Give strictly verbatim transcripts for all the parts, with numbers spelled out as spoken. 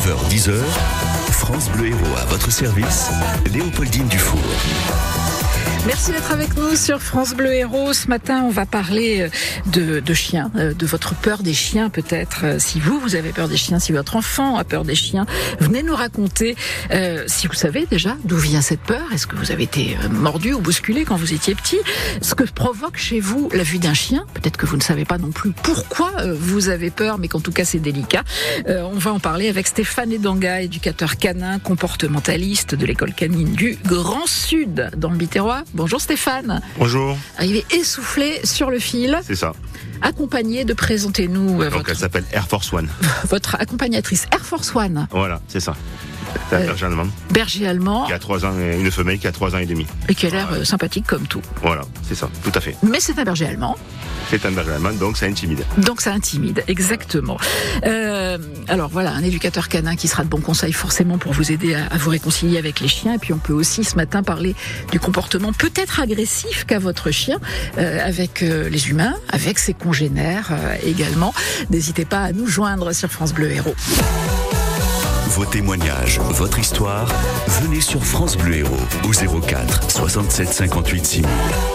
neuf heures dix, France Bleu Héros à votre service, Léopoldine Dufour. Merci d'être avec nous sur France Bleu Héros. Ce matin, on va parler de, de chiens, de votre peur des chiens peut-être. Si vous, vous avez peur des chiens, si votre enfant a peur des chiens, venez nous raconter euh, si vous savez déjà d'où vient cette peur. Est-ce que vous avez été mordu ou bousculé quand vous étiez petit? Ce que provoque chez vous la vue d'un chien. Peut-être que vous ne savez pas non plus pourquoi vous avez peur, mais qu'en tout cas c'est délicat. Euh, on va en parler avec Stéphane Edanga, éducateur canin, comportementaliste de l'école canine du Grand Sud dans le Biterrois. Bonjour Stéphane. Bonjour. Il est essoufflé sur le fil. C'est ça. Accompagné de présentez-nous Donc votre... elle s'appelle Air Force One. Votre accompagnatrice Air Force One. Voilà, c'est ça. C'est un Euh, berger allemand. Berger allemand. Qui a trois ans, et une femelle qui a trois ans et demi. Et qui a l'air euh, sympathique comme tout. Voilà, c'est ça, tout à fait. Mais c'est un berger allemand. C'est un berger allemand, donc ça intimide. Donc ça intimide, exactement. Euh, alors voilà, un éducateur canin qui sera de bons conseils forcément pour vous aider à, à vous réconcilier avec les chiens. Et puis on peut aussi ce matin parler du comportement peut-être agressif qu'a votre chien euh, avec euh, les humains, avec ses congénères euh, également. N'hésitez pas à nous joindre sur France Bleu Héros. Vos témoignages, votre histoire, venez sur France Bleu Héros au zéro quatre soixante-sept cinquante-huit six mille.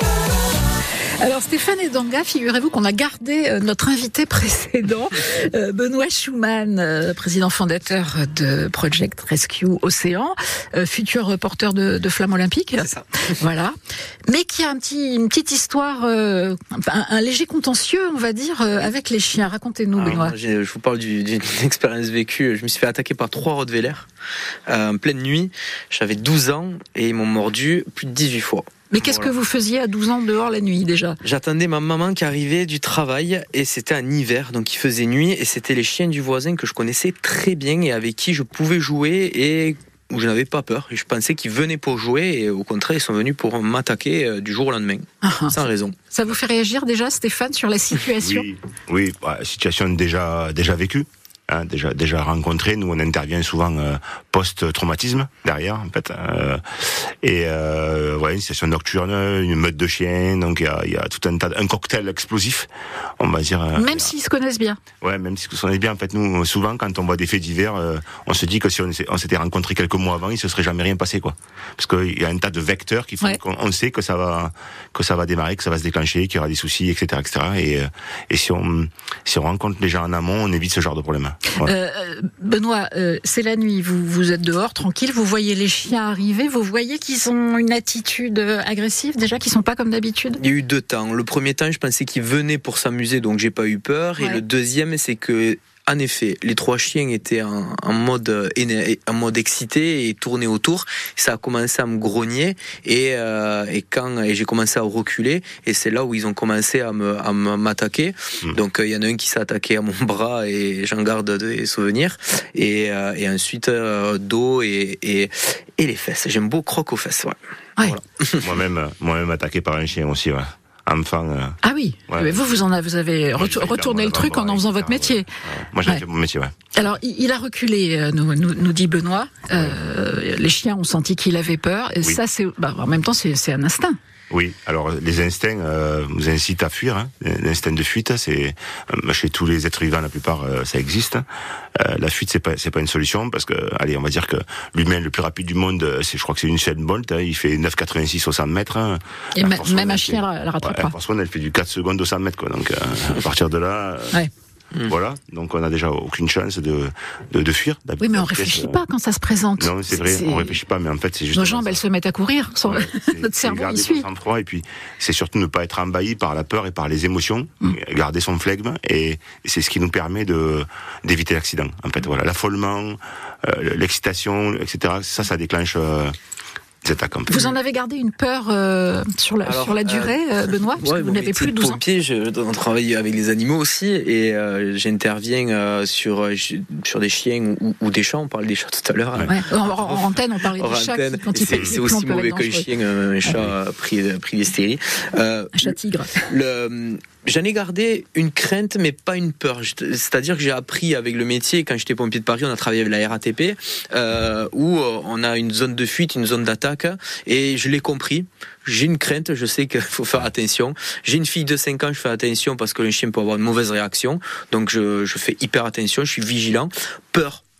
Alors Stéphane Edanga, figurez-vous qu'on a gardé euh, notre invité précédent, euh, Benoît Schumann, euh, président fondateur de Project Rescue Océan, euh, futur reporter de, de Flamme Olympique. C'est ça. Voilà. Mais qui a un petit, une petite histoire, euh, un, un léger contentieux, on va dire, euh, avec les chiens. Racontez-nous, Alors, Benoît. moi, j'ai- je vous parle du- d'une expérience vécue. Je me suis fait attaquer par trois Rottweilers euh, en pleine nuit. J'avais douze ans et ils m'ont mordu plus de dix-huit fois. Mais qu'est-ce Voilà. que vous faisiez à douze ans dehors la nuit déjà? J'attendais ma maman qui arrivait du travail et c'était un hiver, donc il faisait nuit et c'était les chiens du voisin que je connaissais très bien et avec qui je pouvais jouer et où je n'avais pas peur. Et je pensais qu'ils venaient pour jouer et au contraire ils sont venus pour m'attaquer euh, du jour au lendemain, Ah, ah. sans raison. Ça vous fait réagir déjà, Stéphane, sur la situation? Oui, oui, bah, situation déjà, déjà vécue. Hein, déjà, déjà rencontré. Nous, on intervient souvent euh, post-traumatisme derrière, en fait. Euh, et euh, ouais, une situation nocturne, une meute de chiens. Donc il y a, il y a tout un tas, de, un cocktail explosif, on va dire. euh, Même s'ils se connaissent bien. Ouais, même si on est bien. En fait, nous, souvent, quand on voit des faits divers, euh, on se dit que si on, s'est- on s'était rencontrés quelques mois avant, il se serait jamais rien passé, quoi. Parce qu'il y a un tas de vecteurs qui font Ouais. qu'on on sait que ça va, que ça va démarrer, que ça va se déclencher, qu'il y aura des soucis, et cetera, et cetera. Et, euh, et si on, si on rencontre les gens en amont, on évite ce genre de problème. Voilà. Euh, Benoît, euh, c'est la nuit, vous, vous êtes dehors, tranquille, vous voyez les chiens arriver, vous voyez qu'ils ont une attitude euh, agressive déjà, qu'ils sont pas comme d'habitude? Il y a eu deux temps. Le premier temps, je pensais qu'ils venaient pour s'amuser, donc j'ai pas eu peur. Et Ouais. le deuxième, c'est que, en effet, les trois chiens étaient en, en mode euh, éner- en mode excité et tournaient autour. Ça a commencé à me grogner et, euh, et quand et j'ai commencé à reculer et c'est là où ils ont commencé à me à me- m'attaquer. Mm. Donc il y en a un qui s'est attaqué à mon bras et j'en garde des souvenirs. Et, euh, et ensuite euh, dos et, et et les fesses. J'aime beaucoup croque aux fesses. Ouais. Ouais. Voilà. Moi-même, euh, moi-même attaqué par un chien aussi, ouais. Enfant. euh, Ah oui, Ouais. mais vous, vous en avez, vous avez moi, retour- j'ai fait retourné le clairement truc en en là-bas, faisant votre clairement, métier. ouais. Moi, j'ai Ouais. fait mon métier, ouais. Alors, il il a reculé, euh, nous, nous, nous dit Benoît. Euh, les chiens ont senti qu'il avait peur. Et Oui. ça, c'est, bah, en même temps, c'est c'est un instinct. Oui, alors les instincts euh, vous incitent à fuir. Hein. L'instinct de fuite, c'est euh, chez tous les êtres vivants, la plupart, euh, ça existe. Euh, la fuite, c'est pas, c'est pas une solution parce que, allez, on va dire que l'humain le plus rapide du monde, c'est, je crois que c'est Usain Bolt. Hein, il fait neuf virgule quatre-vingt-six au cent mètres. Hein. Et Air ma- Force One, même un elle chien fait- la, la rattrape ouais, pas. Air Force One, elle fait du quatre secondes au cent mètres, quoi. Donc, euh, à partir de là, euh, Ouais. voilà. Donc, on a déjà aucune chance de de, de fuir. Oui, mais on D'habiter, réfléchit euh, pas quand ça se présente. Non, c'est vrai, on réfléchit pas, mais en fait, c'est juste. Nos jambes, elles se mettent à courir. Sans- Ouais, c'est- Notre c'est cerveau, il garder suit. son sang-froid et puis c'est surtout ne pas être envahi par la peur et par les émotions, Mm. garder son flegme et, et c'est ce qui nous permet de d'éviter l'accident. En fait, voilà, l'affolement, euh, l'excitation, et cetera. Ça, ça déclenche euh, des attaques. En fait. Vous en avez gardé une peur euh, sur, la, Alors, sur la durée, euh, Benoît, parce Ouais, que vous mon n'avez métier plus de douze ans. pompier, je, on travaille avec les animaux aussi et euh, j'interviens euh, sur, euh, sur des chiens ou, ou des chats. On parlait des chats tout à l'heure. hein. Ouais. En, en- en antenne, on parlait Hors des chats antenne. qui, quand ils C'est, pètent c'est les aussi plombs, peuvent mauvais être qu'un dangereux. chien, un chat pris, pris d'hystérie. Euh, Un chat tigre. le, j'en ai gardé une crainte, mais pas une peur. Je- C'est-à-dire que j'ai appris avec le métier, quand j'étais pompier de Paris, on a travaillé avec la R A T P, euh, où on a une zone de fuite, une zone d'attaque, et je l'ai compris. J'ai une crainte, je sais qu'il faut faire attention. J'ai une fille de cinq ans, je fais attention parce que le chien peut avoir une mauvaise réaction. Donc je, je fais hyper attention, je suis vigilant. Peur.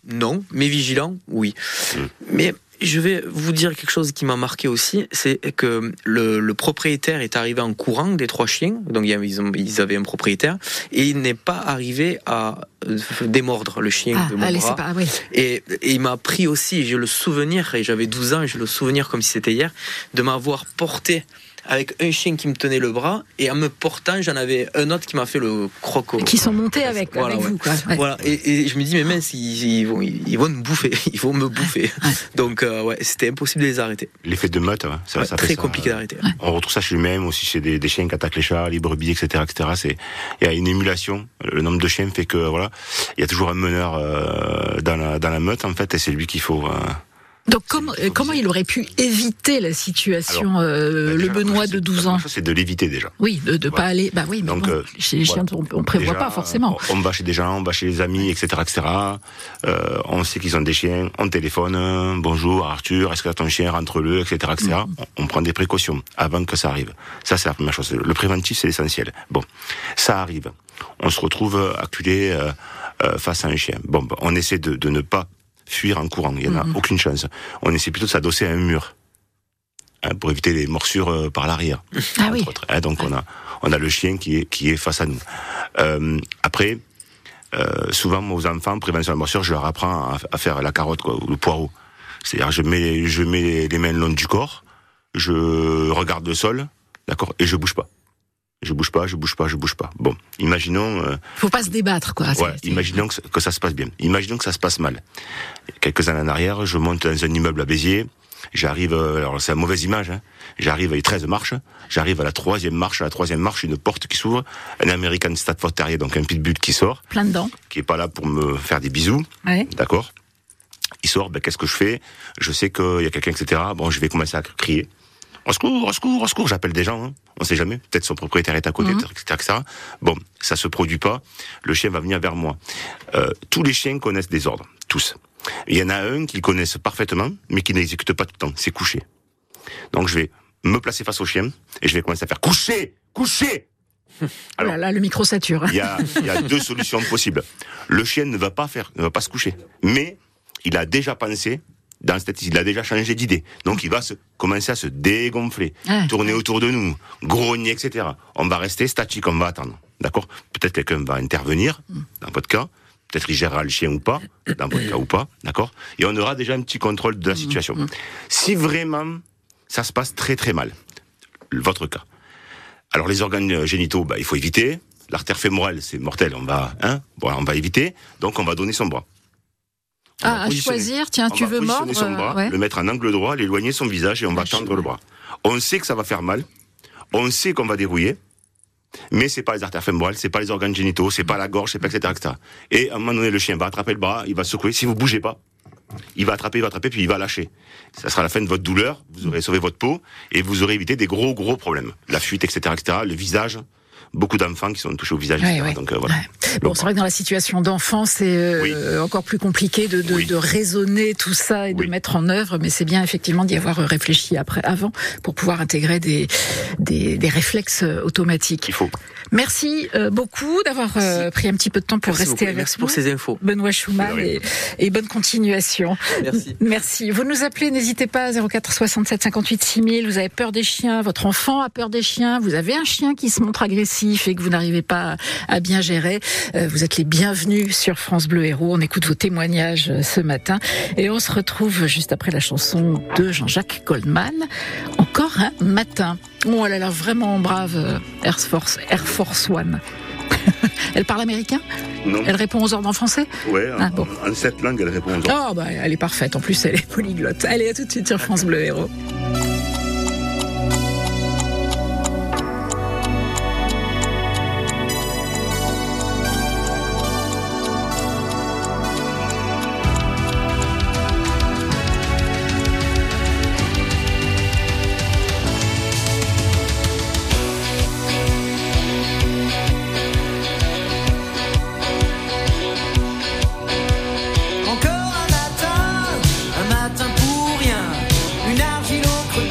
non, mais vigilant, oui. Mmh. Mais je vais vous dire quelque chose qui m'a marqué aussi, c'est que le, le propriétaire est arrivé en courant des trois chiens, donc ils, ont, ils avaient un propriétaire, et il n'est pas arrivé à démordre le chien ah, de mon allez, bras. C'est pas, oui. et, et il m'a pris aussi, j'ai le souvenir, et j'avais douze ans, et j'ai le souvenir comme si c'était hier, de m'avoir porté avec un chien qui me tenait le bras, et en me portant, j'en avais un autre qui m'a fait le croco. Qui sont montés avec, voilà, avec ouais. vous, quoi. Ouais. Voilà, et, et je me dis, mais mince, ils, ils, vont, ils vont me bouffer, ils vont me bouffer. Ouais. Donc, euh, ouais, c'était impossible de les arrêter. L'effet de meute, hein, ça, ouais, ça très fait ça, compliqué d'arrêter. Ouais. On retrouve ça chez lui-même, aussi chez des, des chiens qui attaquent les chats, les brebis, et cetera, et cetera. C'est, il y a une émulation. Le nombre de chiens fait que, voilà, il y a toujours un meneur euh, dans, la, dans la meute, en fait, et c'est lui qu'il faut. Euh, Donc comment, comment il aurait pu éviter la situation, Alors, euh, bah déjà, le Benoît de douze ans? C'est de l'éviter déjà. Oui, de ne voilà. pas aller. Bah oui, mais donc, bon, euh, chez les chiens, voilà. on ne prévoit déjà, pas forcément. On va chez des gens, on va chez les amis, et cetera, et cetera. Euh, on sait qu'ils ont des chiens, on téléphone, euh, bonjour Arthur, est-ce que ton chien rentre-le, et cetera, et cetera. Mmh. On, on prend des précautions avant que ça arrive. Ça, c'est la première chose. Le préventif, c'est l'essentiel. Bon, ça arrive. On se retrouve acculé euh, euh, face à un chien. Bon, on essaie de, de ne pas fuir en courant, il n'y en a mmh. aucune chance. On essaie plutôt de s'adosser à un mur, hein, pour éviter les morsures euh, par l'arrière. Ah oui. Autres, hein, donc on a on a le chien qui est qui est face à nous. Euh, après, euh, souvent moi, aux enfants, prévention de la morsure, je leur apprends à, à faire la carotte, quoi, ou le poireau. C'est-à-dire je mets je mets les mains le long du corps, je regarde le sol, d'accord, et je bouge pas. Je bouge pas, je bouge pas, je bouge pas. Bon, imaginons. Euh, Faut pas se débattre, quoi. Ouais, imaginons que, que ça se passe bien. Imaginons que ça se passe mal. Quelques années en arrière, je monte dans un immeuble à Béziers. J'arrive, alors c'est une mauvaise image, hein. J'arrive à treize marches. J'arrive à la troisième marche. À la troisième marche, une porte qui s'ouvre. Un American Stafford Terrier, donc un pitbull qui sort. Plein de dents. Qui est pas là pour me faire des bisous. Ouais. D'accord. Il sort, ben, qu'est-ce que je fais? Je sais qu'il y a quelqu'un, et cetera. Bon, je vais commencer à crier. Au secours, au secours, au secours, j'appelle des gens, hein. On sait jamais. Peut-être son propriétaire est à côté, mmh. et cetera, et cetera. Bon, ça se produit pas. Le chien va venir vers moi. Euh, tous les chiens connaissent des ordres. Tous. Il y en a un qu'ils connaissent parfaitement, mais qui n'exécute pas tout le temps. C'est coucher. Donc, je vais me placer face au chien, et je vais commencer à faire coucher! Coucher! Alors, oh là, là, le micro sature. Il y a, il y a deux solutions possibles. Le chien ne va pas faire, ne va pas se coucher. Mais, il a déjà pensé, dans cette, il a déjà changé d'idée. Donc, il va se, commencer à se dégonfler, ah, tourner ouais. autour de nous, grogner, et cetera. On va rester statique, on va attendre. D'accord? Peut-être quelqu'un va intervenir, dans votre cas. Peut-être il gérera le chien ou pas, dans votre cas ou pas. D'accord? Et on aura déjà un petit contrôle de la situation. Si vraiment, ça se passe très très mal, votre cas. Alors, les organes génitaux, bah, il faut éviter. L'artère fémorale, c'est mortel, on va, hein? Bon, on va éviter. Donc, on va donner son bras. Ah, à choisir, tiens, tu veux mordre, son bras, ouais. le mettre en angle droit, l'éloigner son visage et on va tendre le bras. On sait que ça va faire mal, on sait qu'on va dérouiller, mais c'est pas les artères fémorales, c'est pas les organes génitaux, c'est pas la gorge, c'est pas et cetera, et cetera. Et à un moment donné, le chien va attraper le bras, il va secouer. Si vous bougez pas, il va attraper, il va attraper, puis il va lâcher. Ça sera la fin de votre douleur. Vous aurez sauvé votre peau et vous aurez évité des gros gros problèmes, la fuite, et cetera, et cetera. Le visage. Beaucoup d'enfants qui sont touchés au visage, ouais, et cetera. Ouais. Donc, euh, voilà. Ouais. Bon, c'est vrai que dans la situation d'enfant, c'est euh, oui. encore plus compliqué de, de, oui. de raisonner tout ça et de oui. mettre en œuvre, mais c'est bien effectivement d'y avoir réfléchi après, avant, pour pouvoir intégrer des, des, des réflexes automatiques. Il faut. Merci euh, beaucoup d'avoir euh, pris un petit peu de temps pour Merci rester beaucoup. avec Merci nous. pour ces infos. Benoît Schumann et, et bonne continuation. Merci. Merci. Vous nous appelez, n'hésitez pas, zéro quatre soixante-sept cinquante-huit six mille. Vous avez peur des chiens, votre enfant a peur des chiens, vous avez un chien qui se montre agressif et que vous n'arrivez pas à bien gérer. Vous êtes les bienvenus sur France Bleu Héros. On écoute vos témoignages ce matin et on se retrouve juste après la chanson de Jean-Jacques Goldman. Encore un matin. Oh, elle a l'air vraiment brave, Air Force, Air Force One. Elle parle américain? Non. Elle répond aux ordres en français? Ouais, ah, bon. en, en sept langues, elle répond aux ordres. Oh, bah, elle est parfaite. En plus, elle est polyglotte. Allez, à tout de suite sur France Bleu Héros. Encore un matin, un matin pour rien, une argile au creux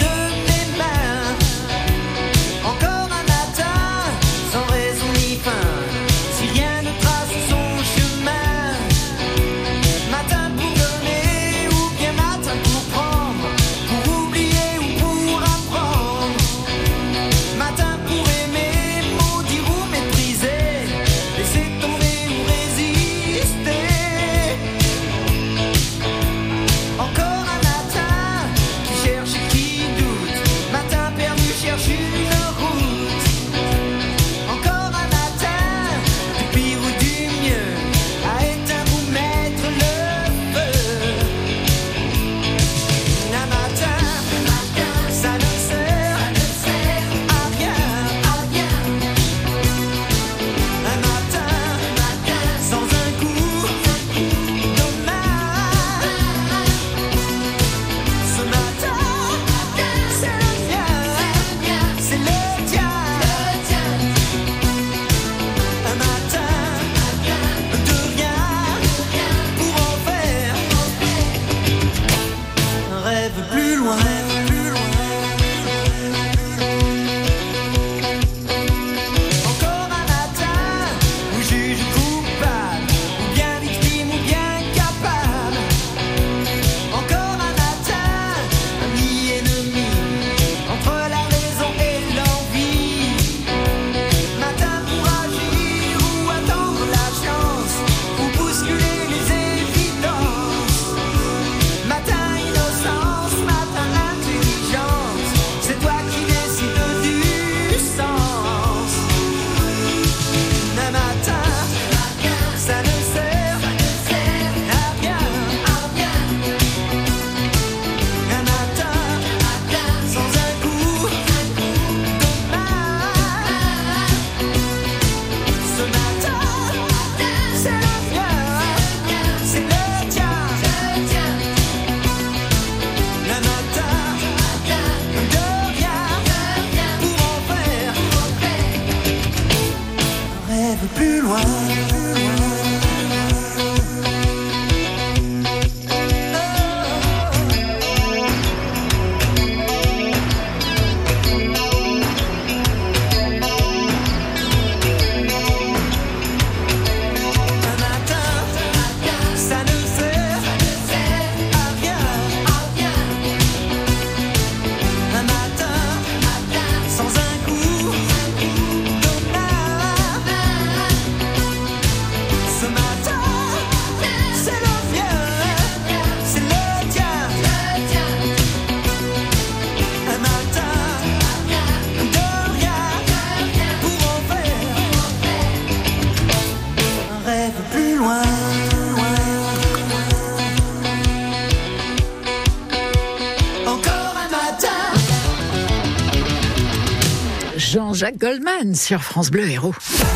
Jean-Jacques Goldman sur France Bleu Héros.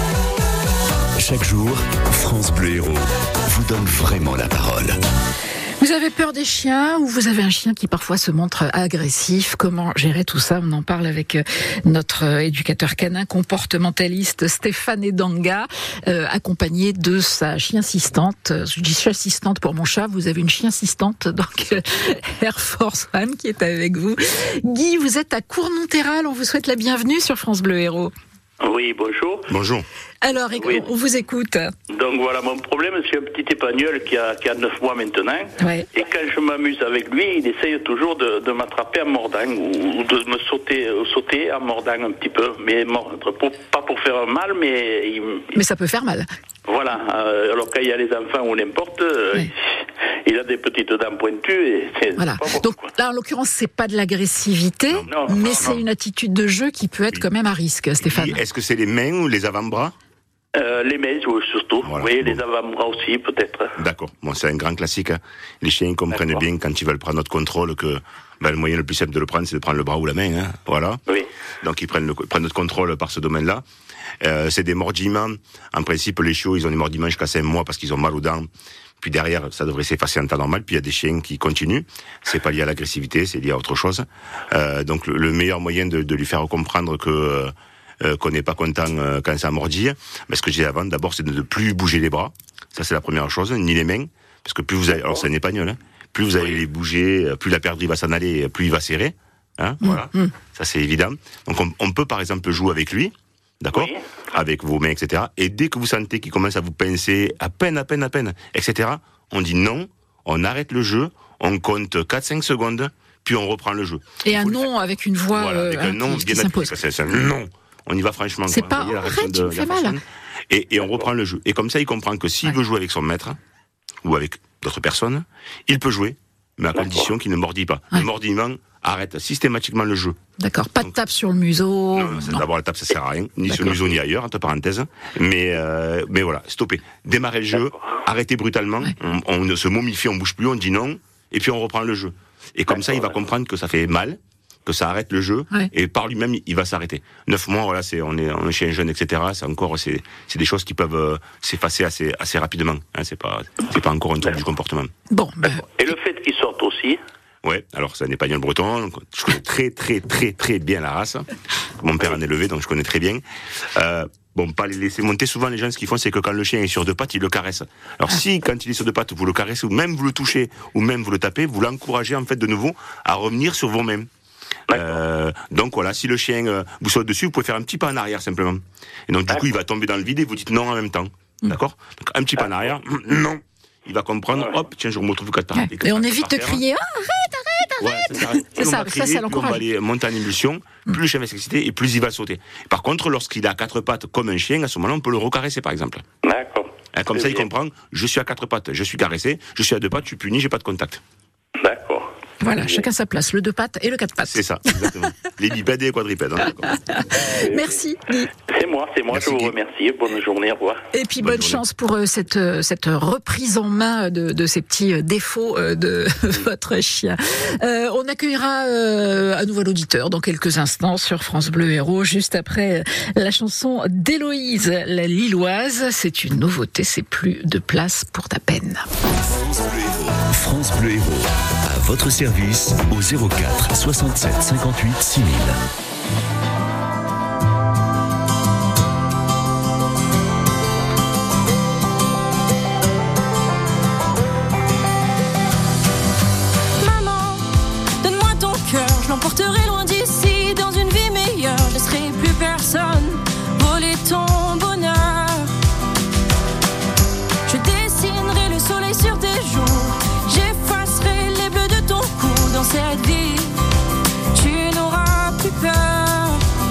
Chaque jour, France Bleu Héros vous donne vraiment la parole. Vous avez peur des chiens ou vous avez un chien qui parfois se montre agressif? Comment gérer tout ça? On en parle avec notre éducateur canin comportementaliste Stéphane Edanga, euh, accompagné de sa chien-assistante. Je dis chien-assistante pour mon chat, vous avez une chien-assistante, donc euh, Air Force One qui est avec vous. Guy, vous êtes à Cournonterral, on vous souhaite la bienvenue sur France Bleu Héros. Oui, bonjour. Bonjour. Alors, Oui. on vous écoute. Donc voilà, mon problème, c'est un petit épagnol qui a, qui a neuf mois maintenant. Ouais. Et quand je m'amuse avec lui, il essaye toujours de, de m'attraper en mordant ou, ou de me sauter, euh, sauter en mordant un petit peu. Mais mordre, pour, pas pour faire mal, mais... Il, Mais ça peut faire mal. Voilà. Euh, alors quand il y a les enfants ou n'importe, euh, Ouais. il a des petites dents pointues et c'est Voilà. pas bon, Donc quoi. là, en l'occurrence, c'est pas de l'agressivité, Non, non, mais non, c'est non. une attitude de jeu qui peut être quand même à risque, Stéphane. Guy, est-ce que c'est les mains ou les avant-bras? Euh, les mains, oui, surtout. Voilà. Oui, Bon. les avant-bras aussi, peut-être. D'accord. Bon, c'est un grand classique. Hein. Les chiens comprennent D'accord. bien quand ils veulent prendre notre contrôle que ben, le moyen le plus simple de le prendre, c'est de prendre le bras ou la main. Hein. Voilà. Oui. Donc ils prennent, le, prennent notre contrôle par ce domaine-là. Euh, c'est des mordillements. En principe, les chiots, ils ont des mordillements jusqu'à cinq mois parce qu'ils ont mal aux dents. Puis derrière, ça devrait s'effacer en temps normal. Puis il y a des chiens qui continuent. C'est pas lié à l'agressivité, c'est lié à autre chose. Euh, donc le, le meilleur moyen de, de lui faire comprendre que euh, qu'on n'est pas content euh, quand ça mordille, mais ce que j'ai dit avant, d'abord, c'est de ne plus bouger les bras. Ça, c'est la première chose, ni les mains, parce que plus vous allez, alors c'est un épagnol, hein, plus vous allez les bouger, plus la perdrix va s'en aller, plus il va serrer. Hein, mmh, voilà, mmh. Ça c'est évident. Donc on, on peut par exemple jouer avec lui. D'accord, oui. Avec vos mains, et cetera. Et dès que vous sentez qu'il commence à vous pincer, à peine, à peine, à peine, et cetera, on dit non, on arrête le jeu, on compte quatre cinq secondes, puis on reprend le jeu. Et un non avec une voix voilà, avec euh, un non qui, bien qui s'impose. Ça, c'est, c'est un non. On y va franchement. C'est quoi. pas Voyez, arrête, tu me fais mal. Et, et on reprend le jeu. Et comme ça, il comprend que s'il ouais. veut jouer avec son maître, ou avec d'autres personnes, il peut jouer, mais à condition qu'il ne mordille pas. Ouais. Le mordillement arrête systématiquement le jeu. D'accord, pas de tape sur le museau. Non, non. D'abord la tape ça sert à rien, ni D'accord. sur le museau ni ailleurs, entre parenthèses. Mais euh, mais voilà, stoppez. Démarrez le jeu, arrêtez brutalement. Ouais. On, on se momifie, on bouge plus, on dit non, et puis on reprend le jeu. Et comme D'accord. ça, il va comprendre que ça fait mal, que ça arrête le jeu, ouais. et par lui-même, il va s'arrêter. Neuf mois, voilà, c'est on est on est chez un jeune, et cetera. C'est encore c'est c'est des choses qui peuvent euh, s'effacer assez assez rapidement. Hein, c'est pas c'est pas encore un trouble du comportement. Bon. Ben... Et le fait qu'il sorte aussi. Ouais, alors c'est un épagnol breton, donc je connais très très très très bien la race. Mon père en est élevé, donc je connais très bien. Euh, bon, pas les laisser monter, souvent les gens ce qu'ils font c'est que quand le chien est sur deux pattes, ils le caressent. Alors si quand il est sur deux pattes, vous le caressez, ou même vous le touchez, ou même vous le tapez, vous l'encouragez en fait de nouveau à revenir sur vos mains. Euh, donc voilà, si le chien euh, vous saute dessus, vous pouvez faire un petit pas en arrière simplement. Et donc du coup il va tomber dans le vide et vous dites non en même temps. D'accord ? Donc un petit pas en arrière, non. Il va comprendre, hop, tiens, je me retrouve quatre pattes. Et on évite de crier, ah, arrête, arrête, arrête. Ouais, c'est ça, c'est ça, crier, ça, ça l'encourage. On va aller monter en émulsion, plus mm. le chien va s'exciter et plus il va sauter. Par contre, lorsqu'il a quatre pattes comme un chien, à ce moment-là, on peut le recaresser, par exemple. D'accord. Hein, comme c'est ça, bien. Il comprend, je suis à quatre pattes, je suis caressé, je suis à deux pattes, je suis puni, j'ai pas de contact. D'accord. Voilà, chacun sa place, le deux pattes et le quatre pattes. C'est ça, exactement. Les bipèdes et les quadrupèdes. Hein, Merci, Guy. C'est moi, c'est moi, Merci, je vous Guy. remercie. Bonne journée, au revoir. Et puis bonne, bonne chance pour euh, cette, euh, cette reprise en main de, de ces petits euh, défauts euh, de votre chien. Euh, on accueillera euh, un nouvel auditeur dans quelques instants sur France Bleu Héros, juste après la chanson d'Héloïse, la Lilloise. C'est une nouveauté, c'est plus de place pour ta peine. France Bleu Héros. France Bleu Héros. À votre service au zéro quatre soixante-sept cinquante-huit six mille. Maman, donne-moi ton cœur, je l'emporterai loin d'ici, dans une vie meilleure, je laisserai plus personne voler ton bonheur. Je dessinerai le soleil sur tes joues, j'effacerai les bleus de ton cou dans cette vie. Tu n'auras plus peur.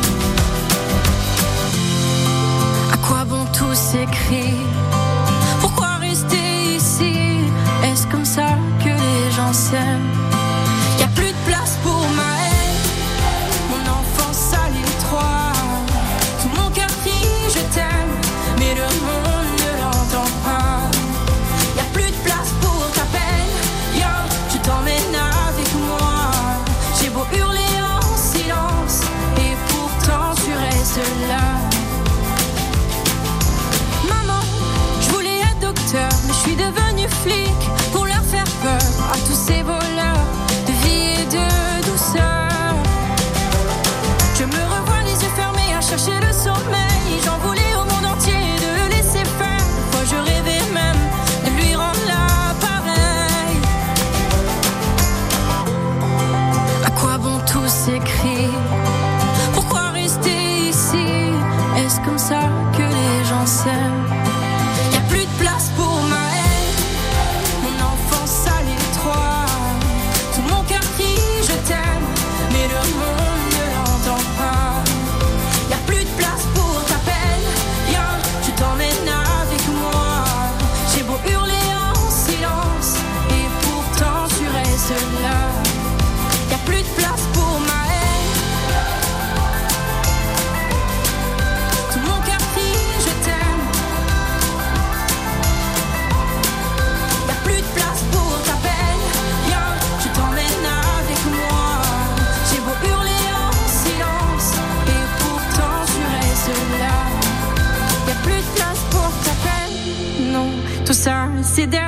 À quoi bon tous ces cris? Pourquoi rester ici? Est-ce comme ça que les gens s'aiment? Y'a plus de place pour ma haine. Mon enfance sale et trois. Tout mon cœur crie je t'aime, mais le monde ne l'entend pas. Y'a plus de place pour ta peine. Yo, je t'emmène avec moi. J'ai beau hurler en silence, et pourtant tu restes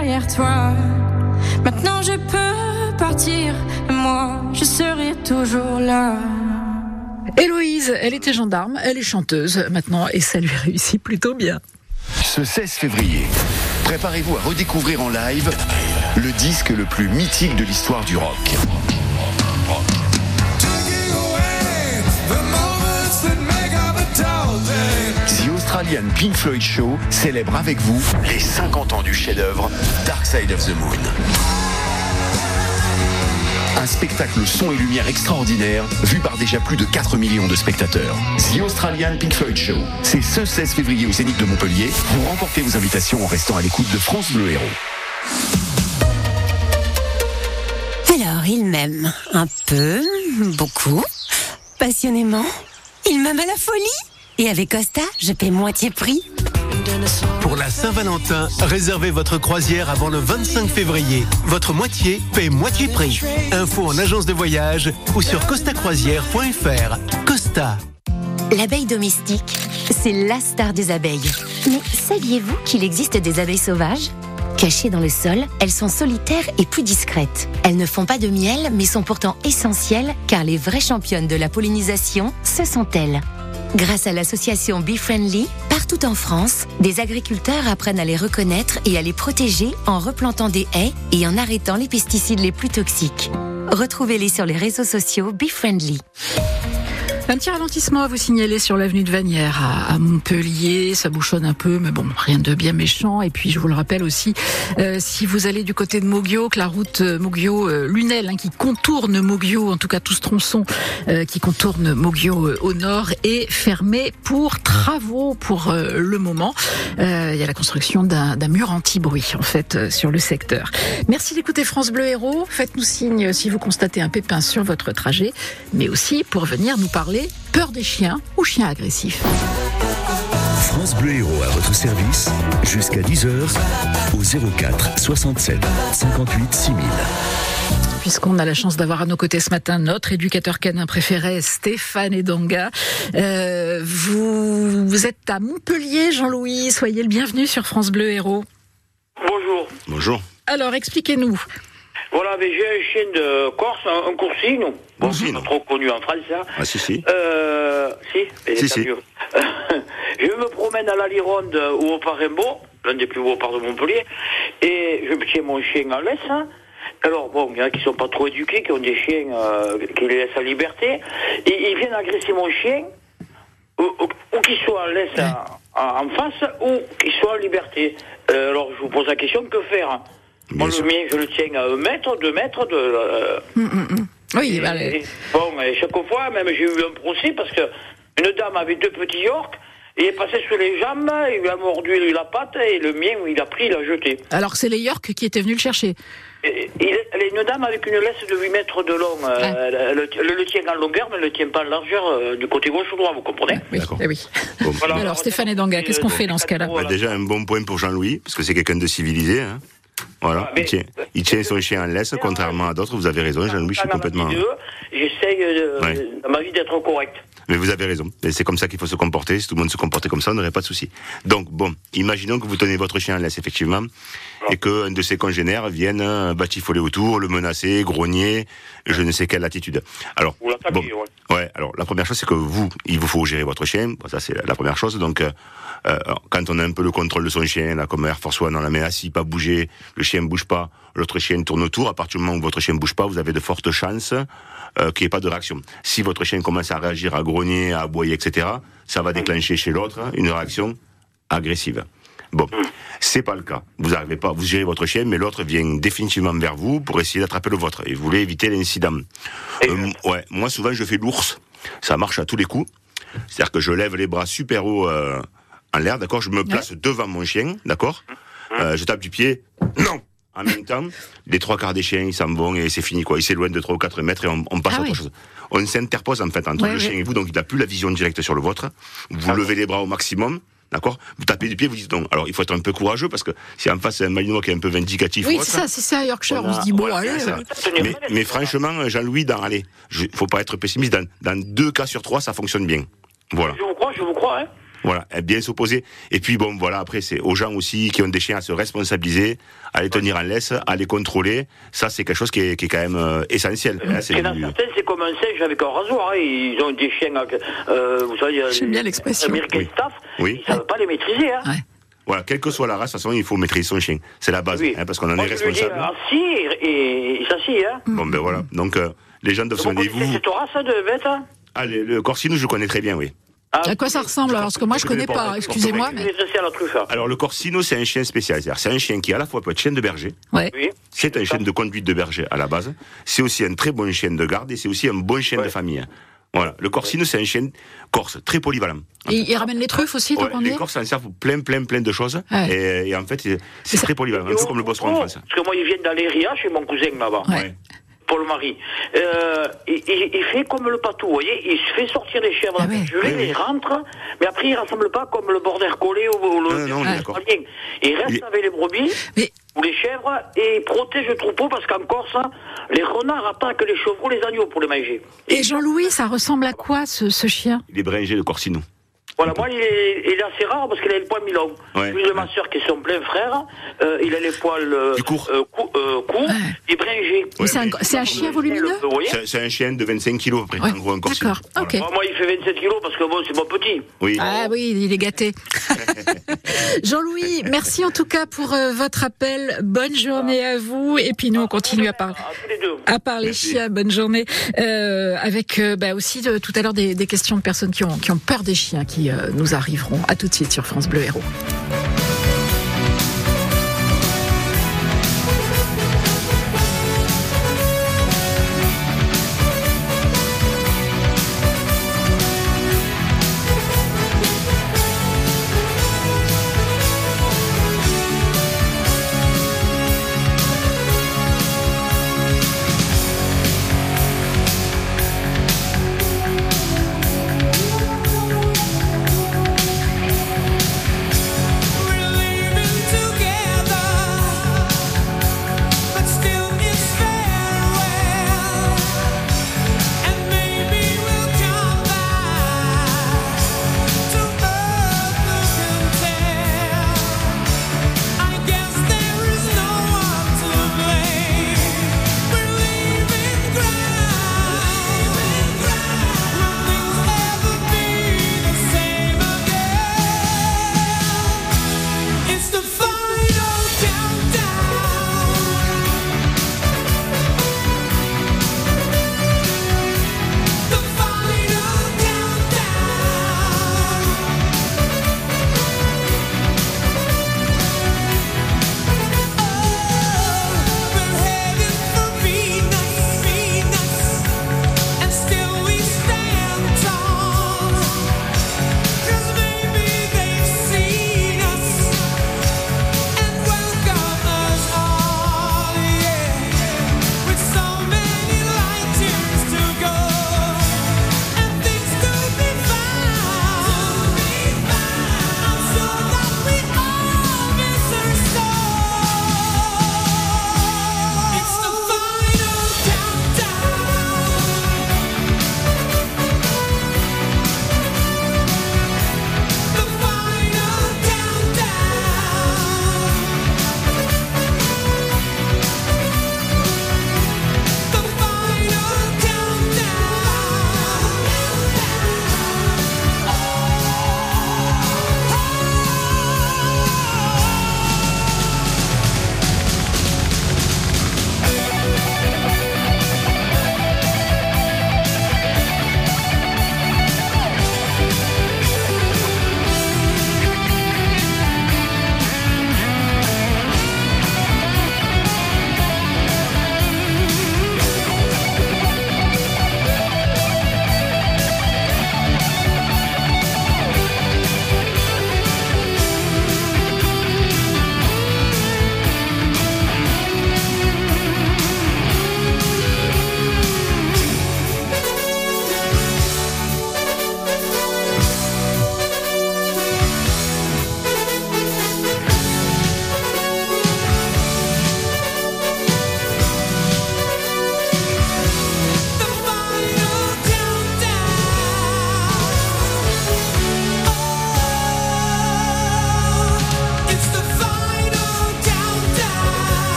derrière toi. Maintenant je peux partir, et moi je serai toujours là. Héloïse, elle était gendarme, elle est chanteuse maintenant et ça lui réussit plutôt bien. Ce seize février, préparez-vous à redécouvrir en live le disque le plus mythique de l'histoire du rock. The Australian Pink Floyd Show célèbre avec vous les cinquante ans du chef-d'œuvre Dark Side of the Moon. Un spectacle son et lumière extraordinaire, vu par déjà plus de quatre millions de spectateurs. The Australian Pink Floyd Show, c'est ce seize février au Zénith de Montpellier. Vous remportez vos invitations en restant à l'écoute de France Bleu Héros. Alors, il m'aime un peu, beaucoup, passionnément. Il m'aime à la folie. Et avec Costa, je paie moitié prix. Pour la Saint-Valentin, réservez votre croisière avant le vingt-cinq février. Votre moitié paie moitié prix. Info en agence de voyage ou sur costa croisière point f r. Costa. L'abeille domestique, c'est la star des abeilles. Mais saviez-vous qu'il existe des abeilles sauvages ? Cachées dans le sol, elles sont solitaires et plus discrètes. Elles ne font pas de miel, mais sont pourtant essentielles, car les vraies championnes de la pollinisation, ce sont elles. Grâce à l'association Bee Friendly, partout en France, des agriculteurs apprennent à les reconnaître et à les protéger en replantant des haies et en arrêtant les pesticides les plus toxiques. Retrouvez-les sur les réseaux sociaux Bee Friendly. Un petit ralentissement à vous signaler sur l'avenue de Vanière à, à Montpellier. Ça bouchonne un peu, mais bon, rien de bien méchant. Et puis, je vous le rappelle aussi, euh, si vous allez du côté de Moguio, que la route euh, Moguio-Lunel, hein, qui contourne Moguio, en tout cas tout ce tronçon euh, qui contourne Moguio euh, au nord, est fermé pour travaux pour euh, le moment. Euh, il y a la construction d'un, d'un mur anti-bruit, en fait, euh, sur le secteur. Merci d'écouter France Bleu Héros. Faites-nous signe si vous constatez un pépin sur votre trajet, mais aussi pour venir nous parler peur des chiens ou chiens agressifs. France Bleu Héros à votre service jusqu'à dix heures au zéro quatre soixante-sept cinquante-huit six mille. Puisqu'on a la chance d'avoir à nos côtés ce matin notre éducateur canin préféré, Stéphane Edanga. Euh, vous, vous êtes à Montpellier, Jean-Louis. Soyez le bienvenu sur France Bleu Héros. Bonjour. Bonjour. Alors, expliquez-nous. Voilà, mais j'ai un chien de Corse, un, un coursino. Bon, Coursino. pas trop connu en France, hein. Ah si si. Euh, si, mais Si, c'est si. dur. Je me promène à la Lironde ou au Parimbo, l'un des plus beaux parcs de Montpellier, et je tiens mon chien en laisse. Hein. Alors bon, il y en a qui sont pas trop éduqués, qui ont des chiens euh, qui les laissent à liberté, et ils viennent agresser mon chien, ou, ou, ou qu'ils soient en laisse en, en face, ou qu'ils soient en liberté. Euh, alors je vous pose la question, que faire ? Moi, le mien, je le tiens à un mètre, deux mètres de... Euh, Hum, hum, hum. Oui, et, bah, et, bon, et chaque fois, même j'ai eu un procès parce que une dame avait deux petits Yorks, il est passé sur les jambes, il lui a mordu la patte, et le mien, il a pris, il a jeté. alors c'est les Yorks qui étaient venus le chercher. Et, il est, elle est une dame avec une laisse de huit mètres de long. Euh, Ah. elle, elle, elle le tient en longueur, mais elle le tient pas en largeur euh, du côté gauche ou droit, vous comprenez ? Oui, D'accord. eh oui. Bon. Voilà. Alors, Stéphane Edanga, qu'est-ce qu'on fait dans ce cas-là ? Bah, déjà un bon point pour Jean-Louis, parce que c'est quelqu'un de civilisé. Hein. Voilà, Ah, mais- il, tient, il tient son chien en laisse, contrairement à d'autres. Vous avez raison, Jean-Louis, je suis Dans ma complètement... vie de- J'essaye, euh, Ouais. dans ma vie, d'être correct. Mais vous avez raison. Et c'est comme ça qu'il faut se comporter. Si tout le monde se comportait comme ça, on n'aurait pas de souci. Donc, bon, imaginons que vous tenez votre chien en laisse, effectivement, et qu'un de ses congénères vienne euh, batifoler autour, le menacer, grogner, je ne sais quelle attitude. Alors, Ou l'attaquer, bon, ouais. ouais, alors, la première chose, c'est que vous, il vous faut gérer votre chien. Bon, ça, c'est la, la première chose. Donc, euh, euh, quand on a un peu le contrôle de son chien, là, comme Air Force One, on la met assis, pas bouger, le chien bouge pas, l'autre chien tourne autour. À partir du moment où votre chien bouge pas, vous avez de fortes chances euh, qu'il n'y ait pas de réaction. Si votre chien commence à réagir, à grogner, à aboyer, et cetera, ça va déclencher chez l'autre une réaction agressive. Bon, c'est pas le cas. Vous arrivez pas, vous gérez votre chien, mais l'autre vient définitivement vers vous pour essayer d'attraper le vôtre. Et vous voulez éviter l'incident. Euh, ouais, moi souvent je fais l'ours. Ça marche à tous les coups. C'est-à-dire que je lève les bras super haut euh, en l'air, d'accord. Je me place devant mon chien, d'accord. Euh, je tape du pied. Non. En même temps, les trois quarts des chiens, ils s'en vont et c'est fini, quoi. Ils s'éloignent de trois ou quatre mètres et on, on passe Ah à autre oui. chose. On s'interpose, en fait, entre Ouais, le ouais. chien et vous, donc il n'a plus la vision directe sur le vôtre. Vous levez les bras au maximum, d'accord. Vous tapez du pied, vous dites non. Alors, il faut être un peu courageux parce que si en face, c'est un malinois qui est un peu vindicatif Oui, ou c'est autre, ça, c'est ça, Yorkshire. on a- On se dit, bon, voilà, allez. c'est ça. euh, Mais, mais franchement, Jean-Louis, dans, allez, je, faut pas être pessimiste. Dans, dans deux cas sur trois, ça fonctionne bien. Voilà. Je vous crois, je vous crois, hein. Voilà, bien s'opposer. Et puis bon, voilà, après c'est aux gens aussi qui ont des chiens à se responsabiliser, à les tenir en laisse, à les contrôler. Ça, c'est quelque chose qui est, qui est quand même euh, essentiel. Euh, hein, c'est et dans du... certains, c'est comme un singe avec un rasoir. Hein. Ils ont des chiens, euh, vous savez, J'aime bien l'expression. American Oui. Staff. Oui. Ils ne savent pas les maîtriser. Hein. Ouais. Voilà, quelle que soit la race, de toute façon, il faut maîtriser son chien. C'est la base, Oui. hein, parce qu'on en Moi, est je lui dis, responsable. assis et, et il s'assit. Hein. Bon, ben voilà. Donc, euh, les gens doivent se Vous demander, connaissez vous... cette race de bête hein. Allez, le Corsino, je le connais très bien, oui. Ah, À quoi ça ressemble alors? Parce que moi, je connais pas. Excusez-moi. Vous Mais... les dressez à la truffe. Alors, le Corsino, c'est un chien spécial. C'est-à-dire, c'est un chien qui, à la fois, peut être chien de berger. Ouais. Oui. C'est un chien de conduite de berger à la base. C'est aussi un très bon chien de garde et c'est aussi un bon chien Ouais. de famille. Voilà. Le Corsino, c'est un chien corse, très polyvalent. Et il ramène les truffes aussi, Ouais, donc on les est. Corses en servent pour plein, plein, plein de choses. Ouais. Et, et en fait, c'est c'est ça- très polyvalent. Un peu comme le bosseron en France. Parce que moi, ils viennent d'aller Ria chez mon cousin là-bas. Ouais. Paul Marie. Euh, il, il- il fait comme le patou, vous voyez, il se fait sortir les chèvres Ah à la ouais. bergerie, Oui, oui. il rentre, mais après il ne rassemble pas comme le border collé ou, ou le. Non, non, on est le- d'accord. Il reste Il est- avec les brebis Mais ou les chèvres et il protège le troupeau parce qu'en Corse, hein, les renards attaquent les chevreaux, les agneaux pour les manger. et Jean-Louis, ça ressemble à quoi ce, ce chien? Il est bringé, le Corsino. Voilà, moi il est, il est assez rare parce qu'il a les poils mi-longs. Ouais. Plus de ma soeur qui est son plein frère, euh, il a les poils euh, Du court. euh, cou- euh, courts Ouais. et bringés. Mais c'est un, mais- c'est un chien volumineux? Vous voyez C'est c'est un chien de vingt-cinq kilos, à peu près, Ouais. en gros, un Corsino. D'accord, ok. Moi, moi, il fait vingt-sept kilos parce que bon, c'est pas petit. Oui. Ah oui, il est gâté. Jean-Louis, merci en tout cas pour euh, votre appel. Bonne journée à vous. Et puis nous, on continue à parler. À tous les deux. À parler Merci. chiens, bonne journée. Euh, avec euh, bah, aussi de, tout à l'heure des, des questions de personnes qui ont, qui ont peur des chiens qui euh, nous arriveront. À tout de suite sur France Bleu Héros.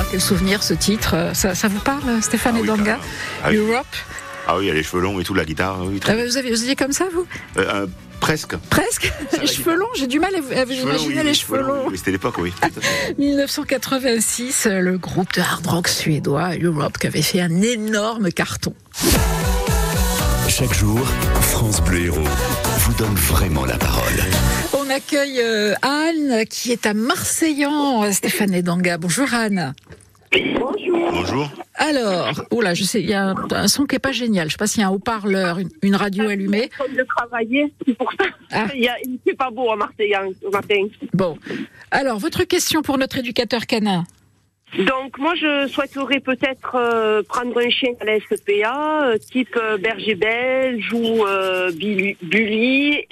quel souvenir ce titre. Ça, ça vous parle, Stéphane Ah oui, Edanga, ah oui. Europe? Ah oui, il y a les cheveux longs et tout, la guitare. Oui, très... ah, vous, avez, vous étiez comme ça, vous euh, euh, Presque. Presque. Les cheveux longs, j'ai du mal à vous, à vous Cheveux imaginer longs, oui, les cheveux longs. Mais c'était l'époque, oui. dix-neuf cent quatre-vingt-six, le groupe de hard rock suédois Europe qui avait fait un énorme carton. Chaque jour, France Bleu Héros vous donne vraiment la parole. On accueille euh, Anne qui est à Marseillan, Stéphane Edanga. Bonjour Anne. Bonjour. Bonjour. Alors, oh là, je sais, il y a un, un son qui est pas génial. Je sais pas s'il y a un haut-parleur, une, une radio allumée. Je suis en train de travailler, c'est pour ça. Ah. Il y a, il fait pas beau à Marseille au matin. Bon. Alors, votre question pour notre éducateur canin. Donc moi je souhaiterais peut-être euh, prendre un chien à la S P A, euh, type euh, berger belge ou euh, bully, bully,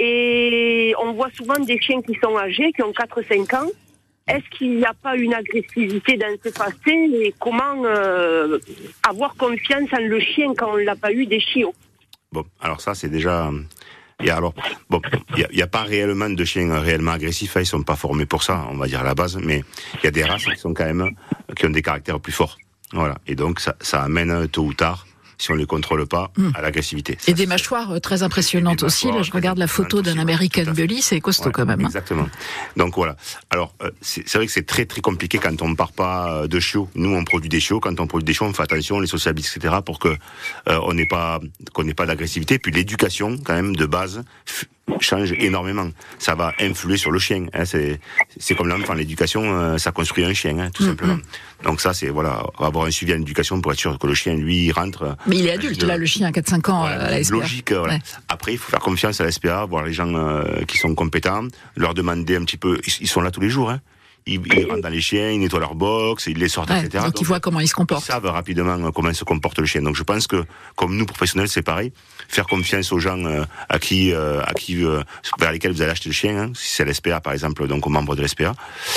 et on voit souvent des chiens qui sont âgés, qui ont quatre à cinq ans. Est-ce qu'il n'y a pas une agressivité dans ce passé et comment euh, avoir confiance en le chien quand on l'a pas eu des chiots? Bon, alors ça c'est déjà... Il y a alors, bon, il n'y a, a pas réellement de chiens réellement agressifs, hein, ils sont pas formés pour ça, on va dire à la base, mais il y a des races qui sont quand même, qui ont des caractères plus forts. Voilà. Et donc, ça, ça amène tôt ou tard, si on ne les contrôle pas, mmh. à l'agressivité. Et ça, des mâchoires très impressionnantes aussi. Là, je regarde la photo d'un American Bully, c'est costaud ouais, quand même. Hein. Exactement. Donc voilà. Alors, euh, c'est, c'est vrai que c'est très très compliqué quand on ne part pas de chiots. Nous, on produit des chiots. Quand on produit des chiots, on fait attention, on les sociabilise, et cetera, pour que euh, on n'ait pas, qu'on n'ait pas d'agressivité. Puis l'éducation, quand même, de base, f- change énormément. Ça va influer sur le chien. Hein. C'est, c'est comme l'enfant. L'éducation, euh, ça construit un chien, hein, tout mmh, simplement. Mmh. Donc ça, c'est voilà, avoir un suivi à l'éducation pour être sûr que le chien, lui, il rentre. Mais il est adulte, euh, là, le chien à quatre cinq ans voilà, à la S P A. Logique, voilà. Ouais. Après, il faut faire confiance à la S P A, voir les gens euh, qui sont compétents, leur demander un petit peu. Ils, ils sont là tous les jours, hein. Ils, ils rentrent dans les chiens, ils nettoient leur box, ils les sortent, ouais, et cetera. Donc, donc ils voient comment ils se comportent. Ils savent rapidement comment se comporte le chien. Donc je pense que, comme nous professionnels, c'est pareil. Faire confiance aux gens euh, à qui, euh, à qui, euh, vers lesquels vous allez acheter le chien, hein, si c'est l'S P A par exemple, donc aux membres de l'S P A,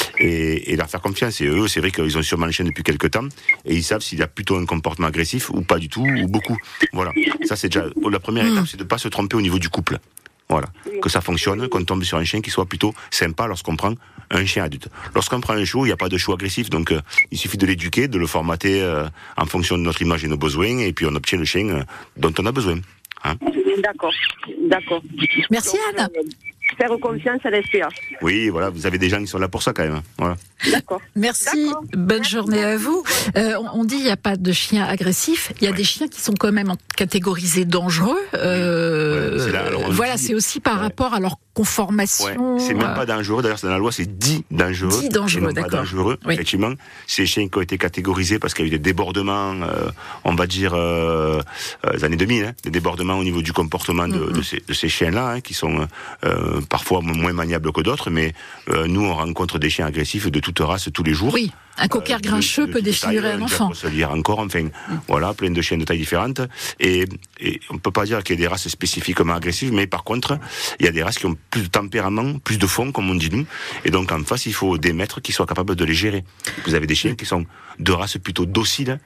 et, et leur faire confiance. Et eux, c'est vrai qu'ils ont sûrement le chien depuis quelques temps, et ils savent s'il y a plutôt un comportement agressif ou pas du tout, ou beaucoup. Voilà. Ça c'est déjà la première mmh. étape, c'est de pas se tromper au niveau du couple. Voilà, que ça fonctionne, qu'on tombe sur un chien qui soit plutôt sympa lorsqu'on prend un chien adulte. Lorsqu'on prend un chiot, il n'y a pas de chiot agressif, donc euh, il suffit de l'éduquer, de le formater euh, en fonction de notre image et nos besoins, et puis on obtient le chien euh, dont on a besoin. Hein. D'accord, d'accord. Merci donc, Anne. Euh, faire confiance à l'S P A. Oui, voilà, vous avez des gens qui sont là pour ça quand même. Voilà. D'accord. Merci, D'accord. bonne Merci. journée à vous. Euh, on, on dit il n'y a pas de chiens agressifs, il y a ouais. des chiens qui sont quand même catégorisés dangereux. Euh, ouais, c'est là, alors, voilà, dit, c'est aussi par ouais. rapport à leur conformation. Ouais. C'est même pas dangereux, d'ailleurs c'est dans la loi, c'est dit dangereux. Dit dangereux, d'accord. Pas dangereux, oui. Effectivement. Ces chiens qui ont été catégorisés parce qu'il y a eu des débordements, euh, on va dire, euh, euh, les années deux mille, hein, des débordements au niveau du comportement de, mm-hmm. de, ces, de ces chiens-là, hein, qui sont euh, parfois moins maniables que d'autres, mais euh, nous on rencontre des chiens agressifs de toute race tous les jours. Oui. Un cocker euh, grincheux de, de peut défigurer un enfant. On se lire encore, enfin, mm. voilà, plein de chiens de tailles différentes. Et, et on ne peut pas dire qu'il y a des races spécifiquement agressives, mais par contre, il y a des races qui ont plus de tempérament, plus de fond, comme on dit nous. Et donc, en face, il faut des maîtres qui soient capables de les gérer. Vous avez des chiens qui sont de races plutôt dociles,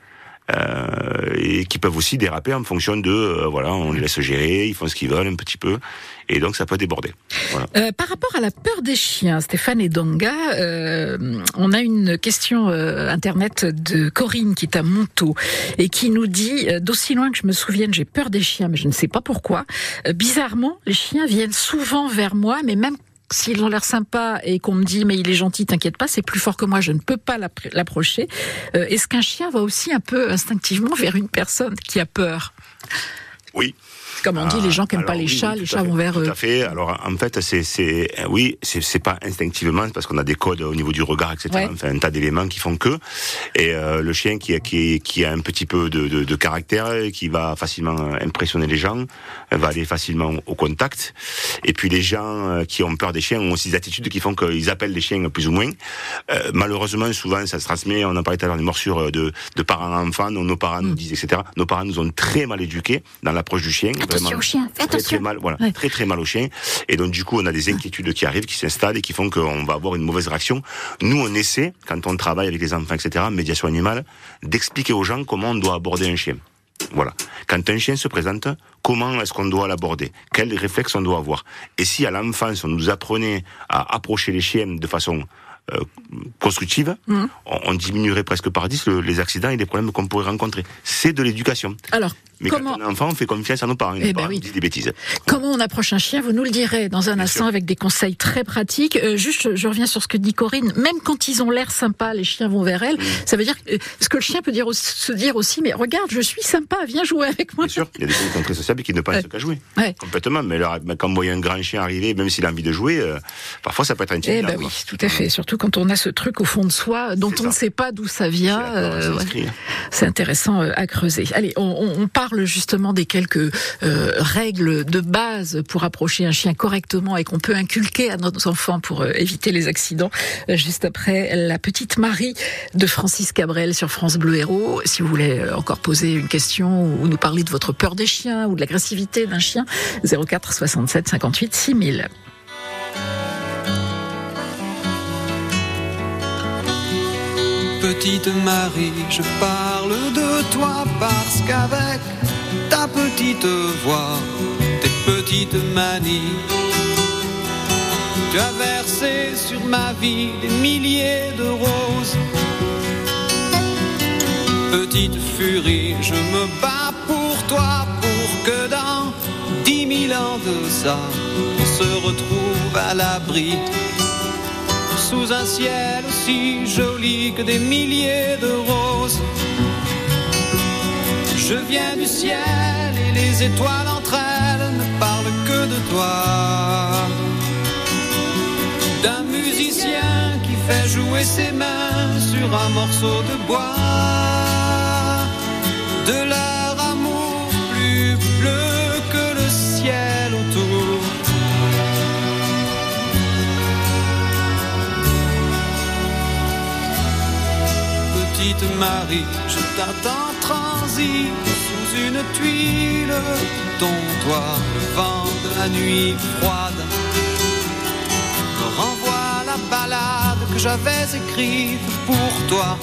Euh, et qui peuvent aussi déraper en fonction de, euh, voilà, on les laisse gérer, ils font ce qu'ils veulent un petit peu, et donc ça peut déborder. Voilà. Euh, par rapport à la peur des chiens, Stéphane Edanga, euh, on a une question euh, internet de Corinne qui est à Montaut et qui nous dit, euh, d'aussi loin que je me souvienne, j'ai peur des chiens, mais je ne sais pas pourquoi. Euh, bizarrement, les chiens viennent souvent vers moi, mais même s'ils ont l'air sympas et qu'on me dit mais il est gentil, t'inquiète pas, c'est plus fort que moi, je ne peux pas l'approcher. Euh, est-ce qu'un chien va aussi un peu instinctivement vers une personne qui a peur ? Oui. Comme on dit, les gens qui n'aiment alors, pas les oui, chats, les chats fait, vont vers eux. Tout à fait. Alors, en fait, c'est, c'est, oui, c'est, c'est pas instinctivement, parce qu'on a des codes au niveau du regard, et cetera. Ouais. Enfin, un tas d'éléments qui font que. Et euh, le chien qui a, qui, qui a un petit peu de, de, de caractère, qui va facilement impressionner les gens, va aller facilement au contact. Et puis, les gens qui ont peur des chiens ont aussi des attitudes qui font qu'ils appellent les chiens plus ou moins. Euh, malheureusement, souvent, ça se transmet. On en parlait tout à l'heure des morsures de, de parents à enfants. Nos, nos parents mmh. nous disent, et cetera. Nos parents nous ont très mal éduqués dans l'approche du chien. Attention vraiment, au chien, fais très, attention. Très mal, voilà, ouais. très très mal au chien. Et donc du coup, on a des inquiétudes qui arrivent, qui s'installent et qui font qu'on va avoir une mauvaise réaction. Nous, on essaie, quand on travaille avec les enfants, et cetera, médiation animale, d'expliquer aux gens comment on doit aborder un chien. Voilà. Quand un chien se présente, comment est-ce qu'on doit l'aborder ? Quels réflexes on doit avoir ? Et si à l'enfance, on nous apprenait à approcher les chiens de façon euh, constructive, mmh. on, on diminuerait presque par dix le, les accidents et les problèmes qu'on pourrait rencontrer. C'est de l'éducation. Alors, mais comment... quand on est enfant, on fait confiance à nos parents. Eh nos ben parents oui. disent des bêtises. Comment on approche un chien, vous nous le direz dans un Bien instant sûr. Avec des conseils très pratiques. Euh, juste, je reviens sur ce que dit Corinne. Même quand ils ont l'air sympas, les chiens vont vers elle. Mmh. Ça veut dire euh, ce que le chien peut dire, se dire aussi, mais regarde, je suis sympa, viens jouer avec moi. Bien sûr, il y a des chiens qui sont très sociables et qui ne pensent ouais. qu'à jouer. Ouais. Complètement. Mais alors, quand on voit un grand chien arriver, même s'il a envie de jouer, euh, parfois ça peut être intimidant. Eh ben oui, tout à fait. Surtout quand on a ce truc au fond de soi dont on ne sait pas d'où ça vient. Euh, ouais. C'est intéressant euh, à creuser. Allez, on, on parle justement des quelques euh, règles de base pour approcher un chien correctement et qu'on peut inculquer à nos enfants pour euh, éviter les accidents. Euh, juste après la petite Marie de Francis Cabrel sur France Bleu Héros. Si vous voulez euh, encore poser une question ou nous parler de votre peur des chiens ou de l'agressivité d'un chien, zéro quatre soixante-sept cinquante-huit six mille. Petite Marie, je parle de toi parce qu'avec ta petite voix, tes petites manies, tu as versé sur ma vie des milliers de roses. Petite furie, je me bats pour toi, pour que dans dix mille ans de ça, on se retrouve à l'abri, sous un ciel aussi joli que des milliers de roses. Je viens du ciel et les étoiles entre elles ne parlent que de toi. D'un musicien qui fait jouer ses mains sur un morceau de bois. De leur amour plus bleu que le ciel autour. Petite Marie, je t'attends transi sous une tuile, ton toit, le vent de la nuit froide me renvoie la ballade que j'avais écrite pour toi.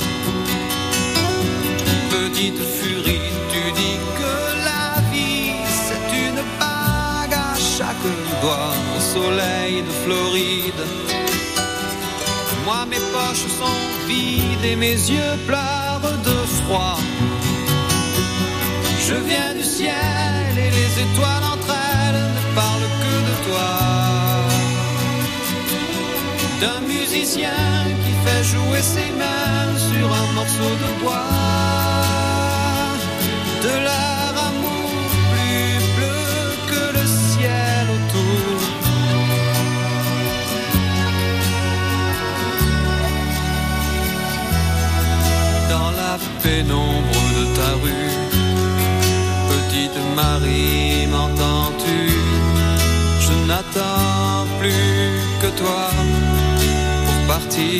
Petite furie, tu dis que la vie c'est une bague à chaque doigt au soleil de Floride. Moi mes poches sont vides et mes yeux pleurent de froid. Je viens du ciel et les étoiles entre elles ne parlent que de toi. D'un musicien qui fait jouer ses mains sur un morceau de bois. De leur amour plus bleu que le ciel autour. Dans la pénombre de ta rue, petite Marie, m'entends-tu? Je n'attends plus que toi pour partir.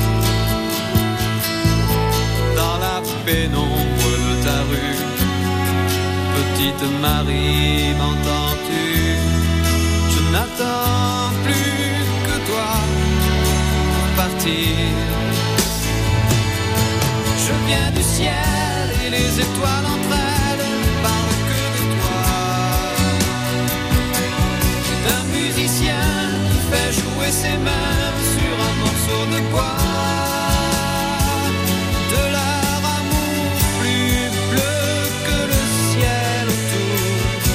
Dans la pénombre de ta rue, petite Marie, m'entends-tu? Je n'attends plus que toi pour partir. Je viens du ciel et les étoiles entre elles ne parlent que de toi. D'un musicien qui fait jouer ses mains sur un morceau de bois. De leur amour plus bleu que le ciel autour.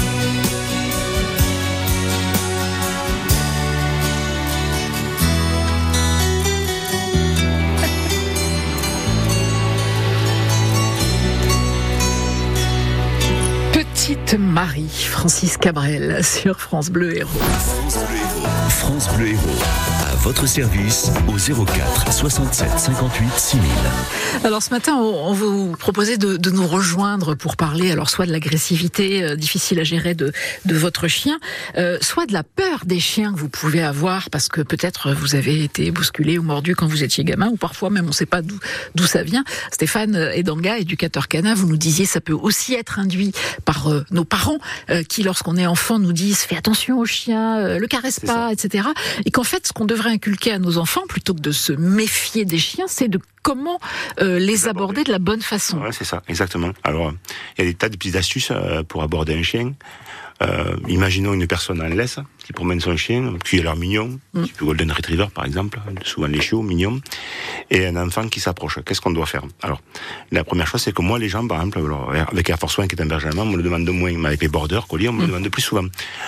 Petite Marie, Francis Cabrel sur France Bleu Héros. France Bleu Héros. France Bleu Héros. À votre service au zéro quatre soixante-sept cinquante-huit six mille. Alors ce matin, on, on vous proposait de, de nous rejoindre pour parler alors soit de l'agressivité euh, difficile à gérer de, de votre chien, euh, soit de la peur des chiens que vous pouvez avoir parce que peut-être vous avez été bousculé ou mordu quand vous étiez gamin ou parfois même on ne sait pas d'où, d'où ça vient. Stéphane Edanga, éducateur canin, vous nous disiez ça peut aussi être induit par euh, nos parents euh, qui lorsqu'on est enfant nous disent fais attention aux chiens, euh, le caresse c'est pas, ça. et cetera. Et qu'en fait ce qu'on devrait inculquer à nos enfants plutôt que de se méfier des chiens, c'est de comment euh, les aborder de la bonne façon. Ouais, c'est ça, exactement. Alors, il y a des tas de petites astuces euh, pour aborder un chien. Euh, imaginons une personne en laisse qui promène son chien, qui a l'air mignon, mm. type Golden Retriever par exemple, souvent les chiots mignons, et un enfant qui s'approche. Qu'est-ce qu'on doit faire? Alors, la première chose, c'est que moi, les gens, par exemple, alors, avec Air Force One qui est un berger allemand, on me le demande de moins, mais avec les Border Colliers, on me mm. le demande de plus souvent.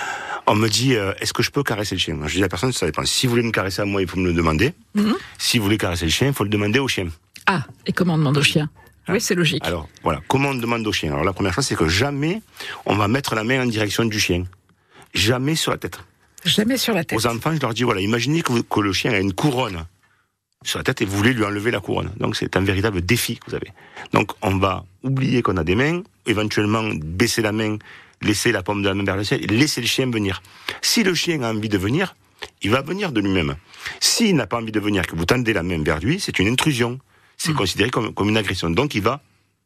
On me dit, euh, est-ce que je peux caresser le chien? Je dis à la personne, ça dépend. Si vous voulez me caresser à moi, il faut me le demander. Mm. Si vous voulez caresser le chien, il faut le demander au chien. Ah, et comment on demande au chien? Oui, c'est logique. Alors, voilà, comment on demande au chien? Alors, la première chose, c'est que jamais on va mettre la main en direction du chien. Jamais sur la tête. Jamais sur la tête. Aux enfants, je leur dis, voilà, imaginez que, vous, que le chien a une couronne sur la tête et vous voulez lui enlever la couronne. Donc, c'est un véritable défi que vous avez. Donc, on va oublier qu'on a des mains, éventuellement baisser la main, laisser la paume de la main vers le ciel et laisser le chien venir. Si le chien a envie de venir, il va venir de lui-même. S'il n'a pas envie de venir, que vous tendez la main vers lui, c'est une intrusion. C'est mmh. considéré comme, comme une agression. Donc, il va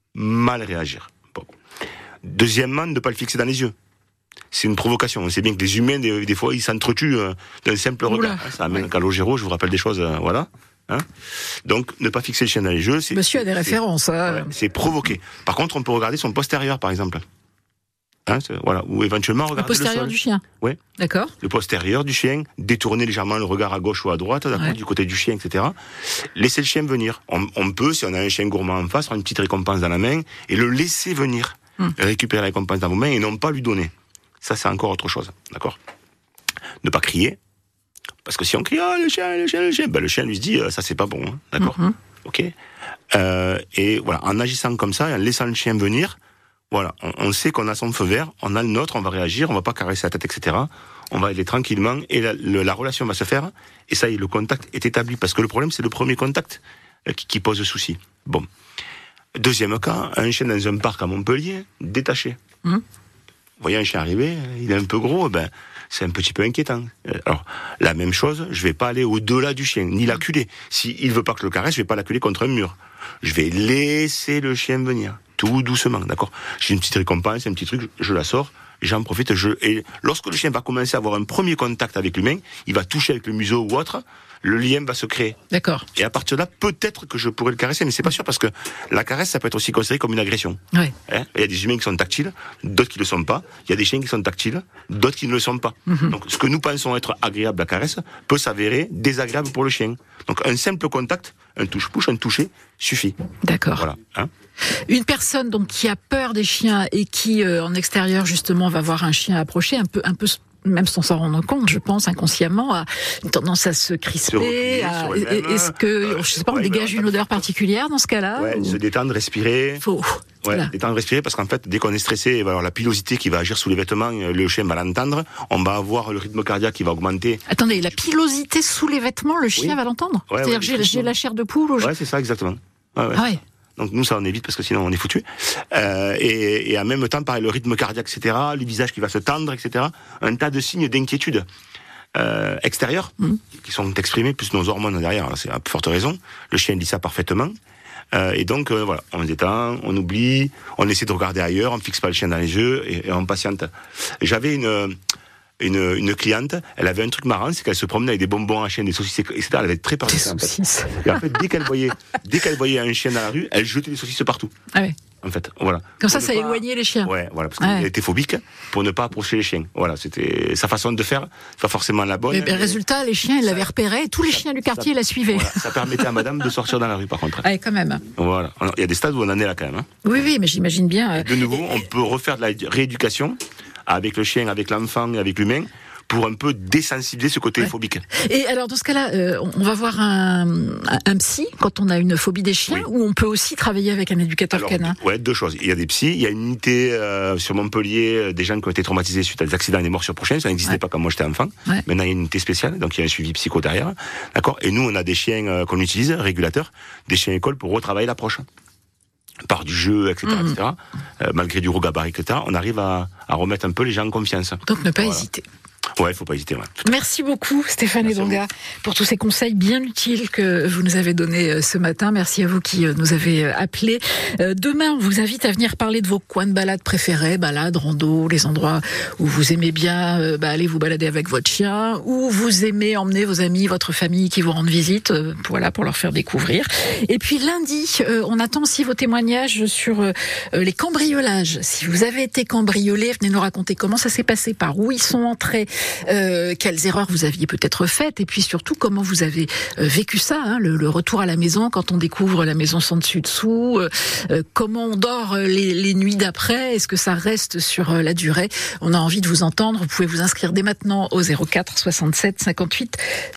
mal réagir. Bon. Deuxièmement, ne pas le fixer dans les yeux. C'est une provocation. On sait bien que les humains, des, des fois, ils s'entretuent euh, d'un simple regard. Hein, ça amène ouais. Calogero, je vous rappelle des choses, euh, voilà. Hein. Donc, ne pas fixer le chien dans les yeux. C'est, Monsieur a des références. Hein. Ouais, c'est provoquer. Par contre, on peut regarder son postérieur, par exemple. Hein, voilà, ou éventuellement regarder le postérieur le sol. Du chien. Oui. D'accord. Le postérieur du chien, détourner légèrement le regard à gauche ou à droite, d'accord, ouais. du côté du chien, et cetera. Laisser le chien venir. On, on peut, si on a un chien gourmand en face, prendre une petite récompense dans la main et le laisser venir, hum. récupérer la récompense dans vos mains et non pas lui donner. Ça, c'est encore autre chose, d'accord. Ne pas crier, parce que si on crie, oh, le chien, le chien, le chien, ben, le chien lui se dit, ça c'est pas bon, hein, d'accord. Mm-hmm. Ok. Euh, et voilà, en agissant comme ça, et en laissant le chien venir. Voilà, on, on sait qu'on a son feu vert, on a le nôtre, on va réagir, on va pas caresser la tête, et cetera. On va aller tranquillement et la, le, la relation va se faire. Et ça y est, le contact est établi. Parce que le problème, c'est le premier contact euh, qui, qui pose souci. Bon. Deuxième cas, un chien dans un parc à Montpellier, détaché. Mmh. Vous voyez un chien arriver, il est un peu gros, ben, c'est un petit peu inquiétant. Alors, la même chose, je vais pas aller au-delà du chien, ni l'acculer. S'il veut pas que je le caresse, je vais pas l'acculer contre un mur. Je vais laisser le chien venir. Tout doucement, d'accord. J'ai une petite récompense, un petit truc, je la sors, j'en profite, je, et lorsque le chien va commencer à avoir un premier contact avec l'humain, il va toucher avec le museau ou autre, le lien va se créer. D'accord. Et à partir de là, peut-être que je pourrais le caresser, mais c'est pas sûr parce que la caresse, ça peut être aussi considéré comme une agression. Ouais. Hein, il y a des humains qui sont tactiles, d'autres qui le sont pas. Il y a des chiens qui sont tactiles, d'autres qui ne le sont pas. Mm-hmm. Donc, ce que nous pensons être agréable, la caresse, peut s'avérer désagréable pour le chien. Donc, un simple contact, un touche-pouche, un toucher, suffit. D'accord. Voilà. Hein. Une personne donc qui a peur des chiens et qui, euh, en extérieur, justement, va voir un chien approcher, un peu, un peu, même sans s'en rendre compte, je pense, inconsciemment, a une tendance à se crisper. À, est-ce que, euh, je sais pas, on dégage une odeur particulière dans ce cas-là? Ouais, ou... se détendre, respirer. Faut. Ouais, voilà. Détendre, respirer, parce qu'en fait, dès qu'on est stressé, il va y avoir la pilosité qui va agir sous les vêtements, le chien va l'entendre, on va avoir le rythme cardiaque qui va augmenter. Attendez, la pilosité sous les vêtements, le chien oui. va l'entendre? Ouais, C'est-à-dire ouais, que j'ai, j'ai la chair de poule ou je... Ouais, c'est ça, exactement. Ouais, ouais. Ah ouais. Donc nous, ça on évite parce que sinon on est foutu. Euh, et, et en même temps, pareil, le rythme cardiaque, et cetera, le visage qui va se tendre, et cetera. Un tas de signes d'inquiétude euh, extérieurs mmh. qui sont exprimés, plus nos hormones derrière. C'est à forte raison. Le chien dit ça parfaitement. Euh, et donc euh, voilà, on se détend, on oublie, on essaie de regarder ailleurs, on fixe pas le chien dans les yeux et, et on patiente. J'avais une Une, une cliente, elle avait un truc marrant, c'est qu'elle se promenait avec des bonbons à chien, des saucisses, et cetera. Elle avait très peur de ça, en fait. Et en fait, dès qu'elle voyait, dès qu'elle voyait un chien dans la rue, elle jetait des saucisses partout. Ah ouais. En fait, voilà. Comme ça, pour ça pas... éloignait les chiens. Ouais, voilà, parce qu'elle ouais. était phobique pour ne pas approcher les chiens. Voilà, c'était sa façon de faire, pas forcément la bonne. Et ben, mais... résultat, les chiens, elle l'avait repéré, et tous les ça, chiens du quartier ça, la suivaient. Voilà, ça permettait à madame de sortir dans la rue, par contre. Ah, quand même. Voilà. Il y a des stades où on en est là, quand même. Hein. Oui, oui, mais j'imagine bien. Euh... De nouveau, on peut refaire de la rééducation avec le chien, avec l'enfant et avec l'humain, pour un peu désensibiliser ce côté ouais. phobique. Et alors, dans ce cas-là, euh, on va voir un, un psy quand on a une phobie des chiens, oui. ou on peut aussi travailler avec un éducateur alors, canin? Ouais, deux choses. Il y a des psys, il y a une unité euh, sur Montpellier, des gens qui ont été traumatisés suite à des accidents et des morsures prochaines, ça n'existait ouais. pas quand moi j'étais enfant. Ouais. Maintenant, il y a une unité spéciale, donc il y a un suivi psycho derrière. D'accord. Et nous, on a des chiens euh, qu'on utilise, régulateurs, des chiens écoles pour retravailler l'approche. Par du jeu, et cetera, mmh. et cetera. Euh, malgré du gros gabarit, et cetera, on arrive à, à remettre un peu les gens en confiance. Donc ne pas voilà. hésiter. Ouais, il faut pas hésiter. Ouais. Merci beaucoup Stéphane Merci Edonga pour tous ces conseils bien utiles que vous nous avez donnés ce matin. Merci à vous qui nous avez appelés. Demain, on vous invite à venir parler de vos coins de balade préférés, balades, rando, les endroits où vous aimez bien bah, aller vous balader avec votre chien, où vous aimez emmener vos amis, votre famille qui vous rendent visite, voilà, pour leur faire découvrir. Et puis lundi, on attend aussi vos témoignages sur les cambriolages. Si vous avez été cambriolé, venez nous raconter comment ça s'est passé, par où ils sont entrés, Euh, quelles erreurs vous aviez peut-être faites, et puis surtout comment vous avez euh, vécu ça, hein, le, le retour à la maison quand on découvre la maison sans dessus-dessous, euh, euh, comment on dort les, les nuits d'après, est-ce que ça reste sur euh, la durée? On a envie de vous entendre, vous pouvez vous inscrire dès maintenant au zéro quatre soixante-sept cinquante-huit